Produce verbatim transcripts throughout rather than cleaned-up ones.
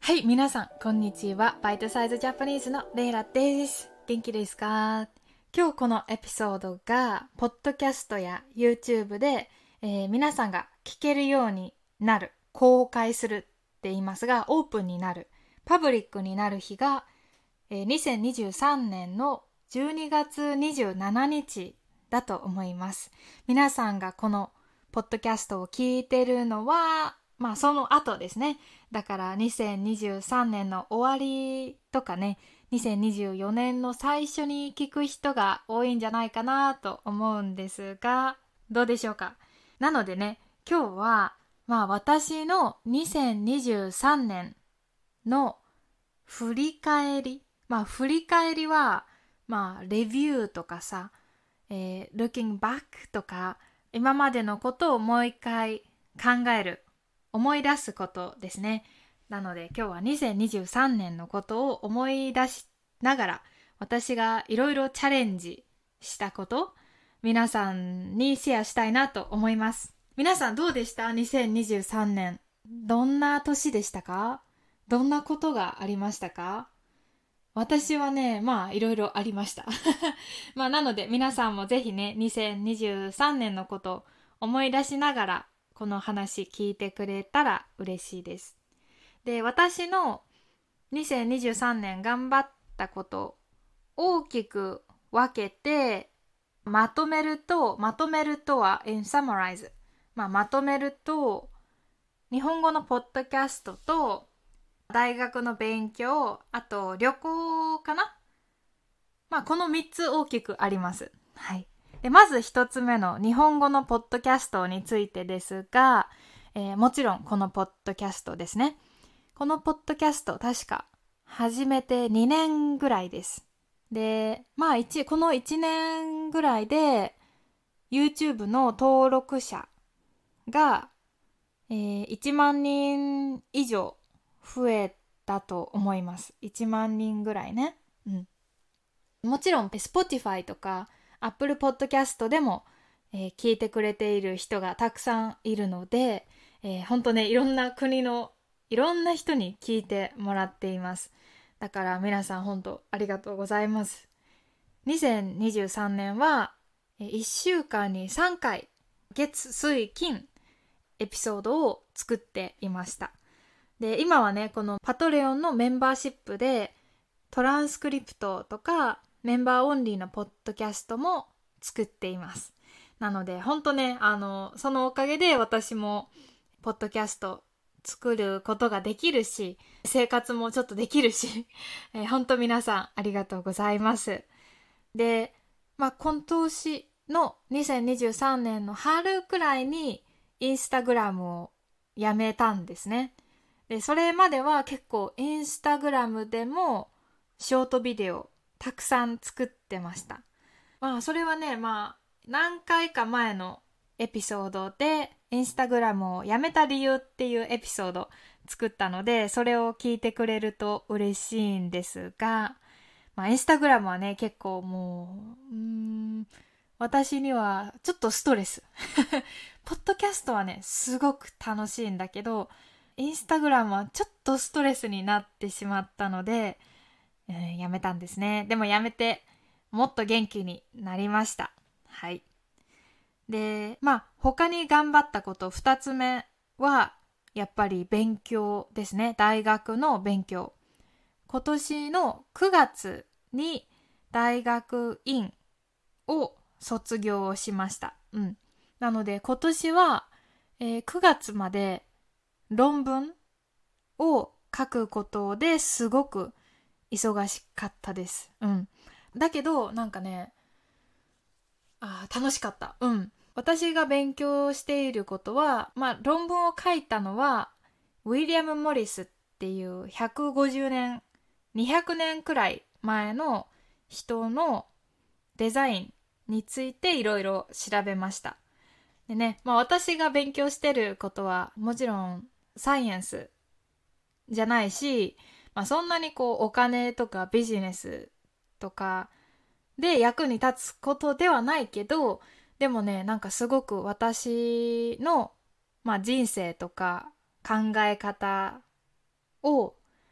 はい、皆さん、こんにちは。バイトサイズジャパニーズのレイラです。元気ですか？今日このエピソードが、ポッドキャストや YouTube で、えー皆さんが聞けるようになる、公開するって言いますが、オープンになる、パブリックになる日が、えーにせんにじゅうさんねんのじゅうにがつにじゅうしちにちだと思います。皆さんがこのポッドキャストを聞いてるのは、まあその後ですね。だからにせんにじゅうさんねんの終わりとかね、にせんにじゅうよねんの最初に聞く人が多いんじゃないかなと思うんですが、どうでしょうか。なのでね、今日は、まあ私のにせんにじゅうさんねんの振り返り。まあ振り返りは、まあレビューとかさ、えー、looking back とか、今までのことをもう一回考える。思い出すことですね。なので今日はにせんにじゅうさんねんのことを思い出しながら、私がいろいろチャレンジしたこと、皆さんにシェアしたいなと思います。皆さんどうでした？ にせんにじゅうさんねん。どんな年でしたか？どんなことがありましたか？私はね、まあいろいろありました。まあなので皆さんもぜひね、にせんにじゅうさんねんのことを思い出しながらこの話聞いてくれたら嬉しいです。で、私のにせんにじゅうさんねん頑張ったこと大きく分けてまとめると、まとめるとは in summarize、まあ、まとめると日本語のポッドキャストと大学の勉強、あと旅行かな。まあこのみっつ大きくあります。はい。でまずひとつめの日本語のポッドキャストについてですが、えーもちろんこのポッドキャストですね。このポッドキャスト確か始めてにねんぐらいです。で、まあ一このいちねんぐらいで YouTube の登録者が、えーいちまんにん以上増えたと思います。いちまんにんぐらいね。うん。もちろん Spotify とか Apple Podcast でも、えー聞いてくれている人がたくさんいるので、えー、本当ね、いろんな国のいろんな人に聞いてもらっています。だから皆さん本当ありがとうございます。にせんにじゅうさんねんは、えーいっしゅうかんにさんかい、月、水、金、エピソードを作っていました。で、今はね、このパトレオンのメンバーシップでトランスクリプトとかメンバーオンリーのポッドキャストも作っています。なので本当ね、あのそのおかげで私もポッドキャスト作ることができるし、生活もちょっとできるし、えー、本当皆さんありがとうございます。で、まあ今年のにせんにじゅうさんねんの春くらいにインスタグラムをやめたんですね。で、それまでは結構インスタグラムでもショートビデオたくさん作ってました。まあそれはね、まあ何回か前のエピソードでインスタグラムをやめた理由っていうエピソード作ったので、それを聞いてくれると嬉しいんですが、まあインスタグラムはね、結構もう、うーん、私にはちょっとストレス。ポッドキャストはね、すごく楽しいんだけど、インスタグラムはちょっとストレスになってしまったので、うん、やめたんですね。でもやめて、もっと元気になりました。はい。で、まあ、他に頑張ったこと二つ目は、やっぱり勉強ですね。大学の勉強。今年のくがつに大学院を卒業しました。うん。なので今年は、えーくがつまで論文を書くことですごく忙しかったです。うん。だけど、なんかね、あー楽しかった。うん。私が勉強していることは、まあ論文を書いたのは、ウィリアム・モリスっていうひゃくごじゅうねん、にひゃくねんくらい前の人のデザインについていろいろ調べました。でね、まあ私が勉強してることはもちろんサイエンスじゃないし、まあそんなにこうお金とかビジネスとかで役に立つことではないけど、でもね、なんかすごく私の、まあ、人生とか考え方を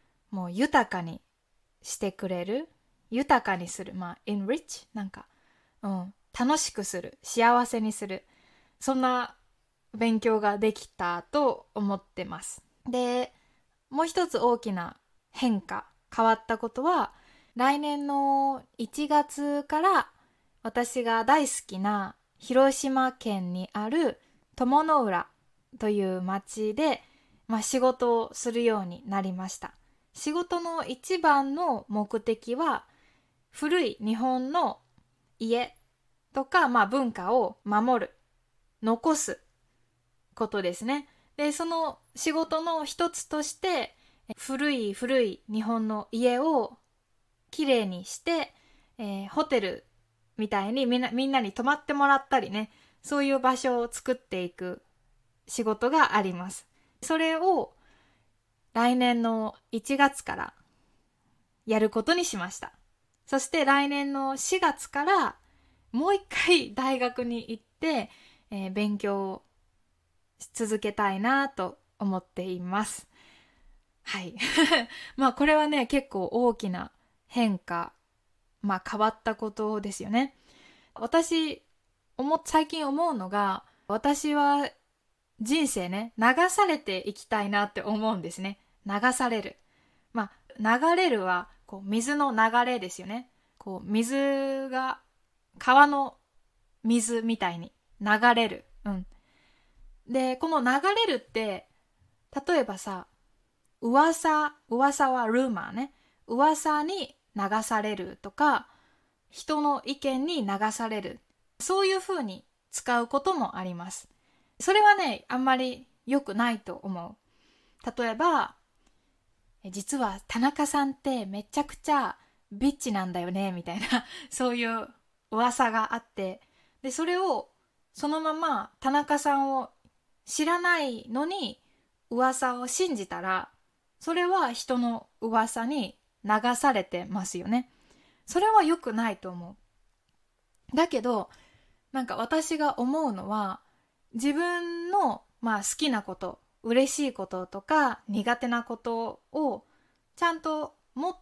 もう豊かにしてくれる、豊かにする、まあ enrich なんか、うん、楽しくする、幸せにする、そんな勉強ができたと思ってます。で、もう一つ大きな変化、変わったことは、来年のいちがつから私が大好きな広島県にある鞆の浦という町で、まあ、仕事をするようになりました。仕事の一番の目的は、古い日本の家とか、まあ、文化を守る、残すことですね。で、その仕事の一つとして、古い古い日本の家をきれいにして、えー、ホテルみたいにみんな、みんなに泊まってもらったりね、そういう場所を作っていく仕事があります。それを来年のいちがつからやることにしました。そして来年のしがつからもう一回大学に行って、えー、勉強を続けたいなと思っています。はい。まあこれはね、結構大きな変化、まあ変わったことですよね。私、思最近思うのが、私は人生ね、流されていきたいなって思うんですね。流される。まあ、流れるは、こう、水の流れですよね。こう、水が、川の水みたいに流れる。うん。で、この流れるって、例えばさ、噂、噂はルーマーね。噂に流されるとか、人の意見に流される。そういう風に使うこともあります。それはね、あんまり良くないと思う。例えば、実は田中さんってめちゃくちゃビッチなんだよね、みたいな、そういう噂があって、で、それをそのまま田中さんを知らないのに噂を信じたら、それは人の噂に流されてますよね。それは良くないと思う。だけど、なんか私が思うのは、自分の、まあ、好きなこと、嬉しいこととか苦手なことをちゃんと持って、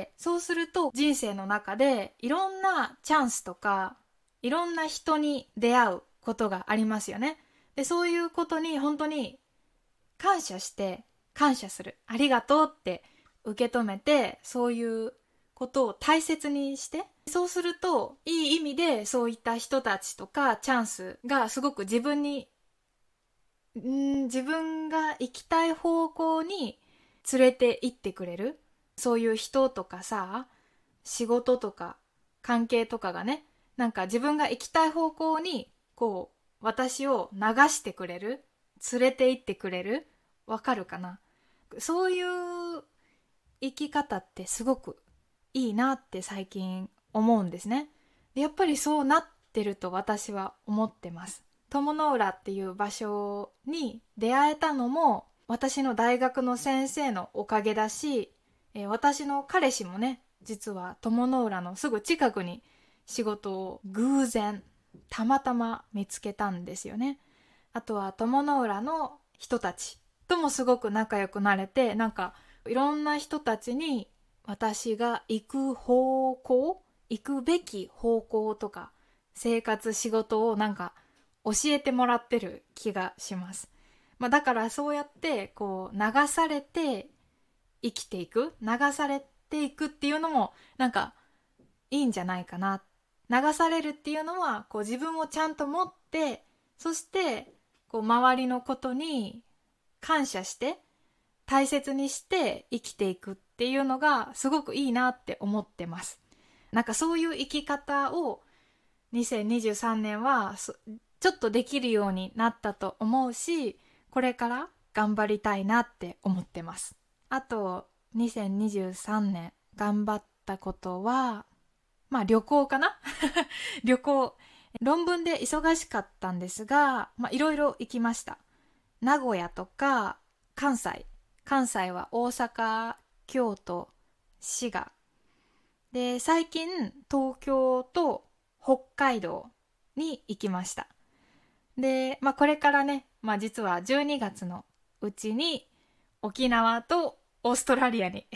そうすると人生の中でいろんなチャンスとかいろんな人に出会うことがありますよね。で、そういうことに本当に感謝して、感謝する、ありがとうって受け止めて、そういうことを大切にして、そうするといい意味でそういった人たちとかチャンスがすごく自分にん自分が行きたい方向に連れて行ってくれる、そういう人とかさ、仕事とか関係とかがね、なんか自分が行きたい方向にこう私を流してくれる、連れて行ってくれる、わかるかな。そういう生き方ってすごくいいなって最近思うんですね。でやっぱりそうなってると私は思ってます。鞆の浦っていう場所に出会えたのも私の大学の先生のおかげだし、えー私の彼氏もね、実は鞆の浦のすぐ近くに仕事を偶然たまたま見つけたんですよね。あとは鞆の浦の人たちともすごく仲良くなれて、なんかいろんな人たちに私が行く方向、行くべき方向とか生活、仕事をなんか教えてもらってる気がします。まあ、だからそうやってこう流されて生きていく、流されていくっていうのもなんかいいんじゃないかな。流されるっていうのはこう自分をちゃんと持って、そしてこう周りのことに感謝して大切にして生きていくっていうのがすごくいいなって思ってます。なんかそういう生き方をにせんにじゅうさんねんはちょっとできるようになったと思うし、これから頑張りたいなって思ってます。あとにせんにじゅうさんねん頑張ったことは、まあ旅行かな旅行。論文で忙しかったんですが、まあいろいろ行きました。名古屋とか関西。関西は大阪、京都、滋賀。で、最近東京と北海道に行きました。で、まあこれからね、まあ実はじゅうにがつのうちに沖縄とオーストラリアに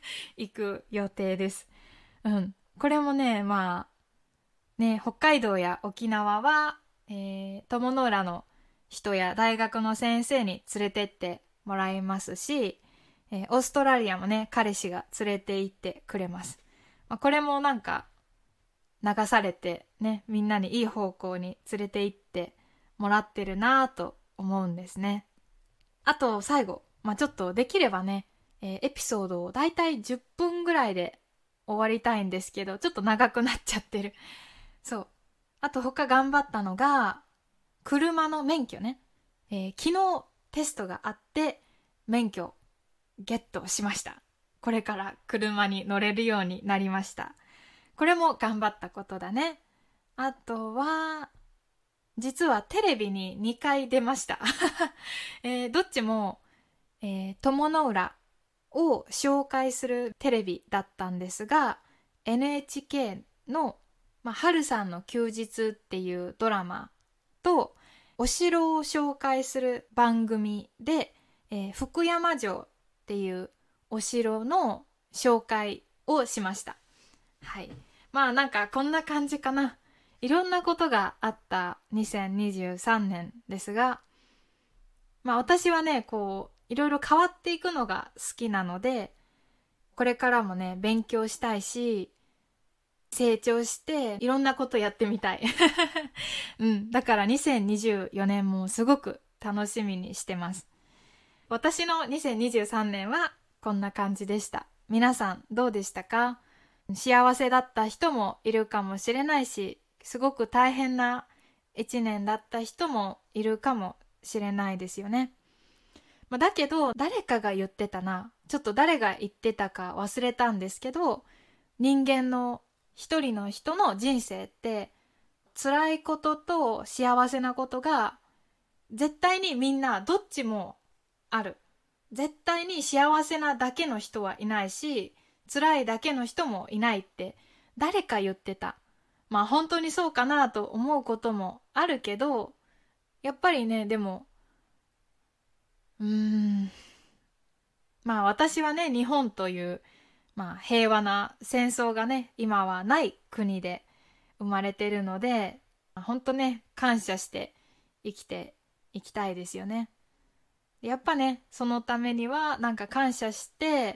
行く予定です。うん。これもね、まあ、ね、北海道や沖縄は、えー、友の浦の人や大学の先生に連れてってもらいますし、えー、オーストラリアもね、彼氏が連れて行ってくれます。まあ、これもなんか、流されてね、みんなにいい方向に連れて行ってもらってるなぁと思うんですね。あと最後、まあ、ちょっとできればね、えーエピソードをだいたいじゅっぷんぐらいで終わりたいんですけど、ちょっと長くなっちゃってる。そう。あと他頑張ったのが、車の免許ね。えー昨日テストがあって、免許ゲットしました。これから車に乗れるようになりました。これも頑張ったことだね。あとは、実はテレビににかい出ました。えーどっちも、えー友の浦を紹介するテレビだったんですが、エヌエイチケー の、まあ、春さんの休日っていうドラマと、お城を紹介する番組で、えー福山城っていうお城の紹介をしました。はい。まあなんかこんな感じかな。いろんなことがあったにせんにじゅうさんねんですが、まあ私はね、こう、いろいろ変わっていくのが好きなので、これからもね、勉強したいし、成長していろんなことやってみたい。うん。だからにせんにじゅうよねんもすごく楽しみにしてます。私のにせんにじゅうさんねんはこんな感じでした。皆さんどうでしたか？幸せだった人もいるかもしれないし、すごく大変ないちねんだった人もいるかもしれないですよね。まあ、だけど誰かが言ってたな。ちょっと誰が言ってたか忘れたんですけど、人間の一人の人の人生って辛いことと幸せなことが絶対にみんなどっちもある。絶対に幸せなだけの人はいないし、辛いだけの人もいないって誰か言ってた。まあ本当にそうかなと思うこともあるけど、やっぱりね、でも、うーん、まあ私はね、日本という、まあ平和な戦争がね、今はない国で生まれてるので、本当ね、感謝して生きていきたいですよね。やっぱね、そのためにはなんか感謝して、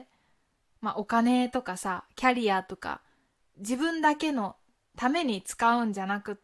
まあお金とかさ、キャリアとか、自分だけのために使うんじゃなくって、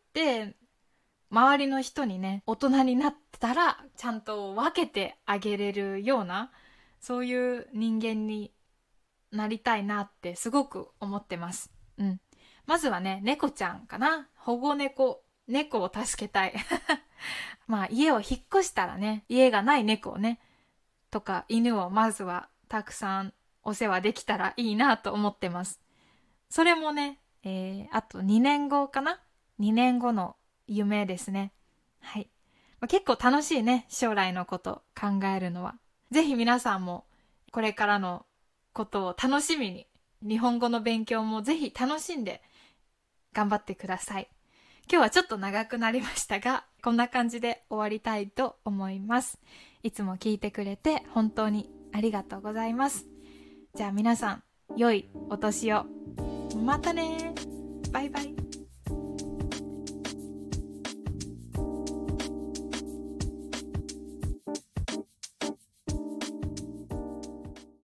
周りの人にね、大人になったらちゃんと分けてあげれるような、そういう人間になりたいなってすごく思ってます。うん。まずはね、猫ちゃんかな。保護猫。猫を助けたい。まあ家を引っ越したらね、家がない猫をね、とか犬をまずはたくさんお世話できたらいいなと思ってます。それもね、えー、あとにねんごかな ?に 年後の夢ですね。はい。まあ、結構楽しいね、将来のこと考えるのは。ぜひ皆さんもこれからのことを楽しみに、日本語の勉強もぜひ楽しんで頑張ってください。今日はちょっと長くなりましたが、こんな感じで終わりたいと思います。いつも聞いてくれて本当にありがとうございます。じゃあ皆さん、良いお年を。またね。バイバイ。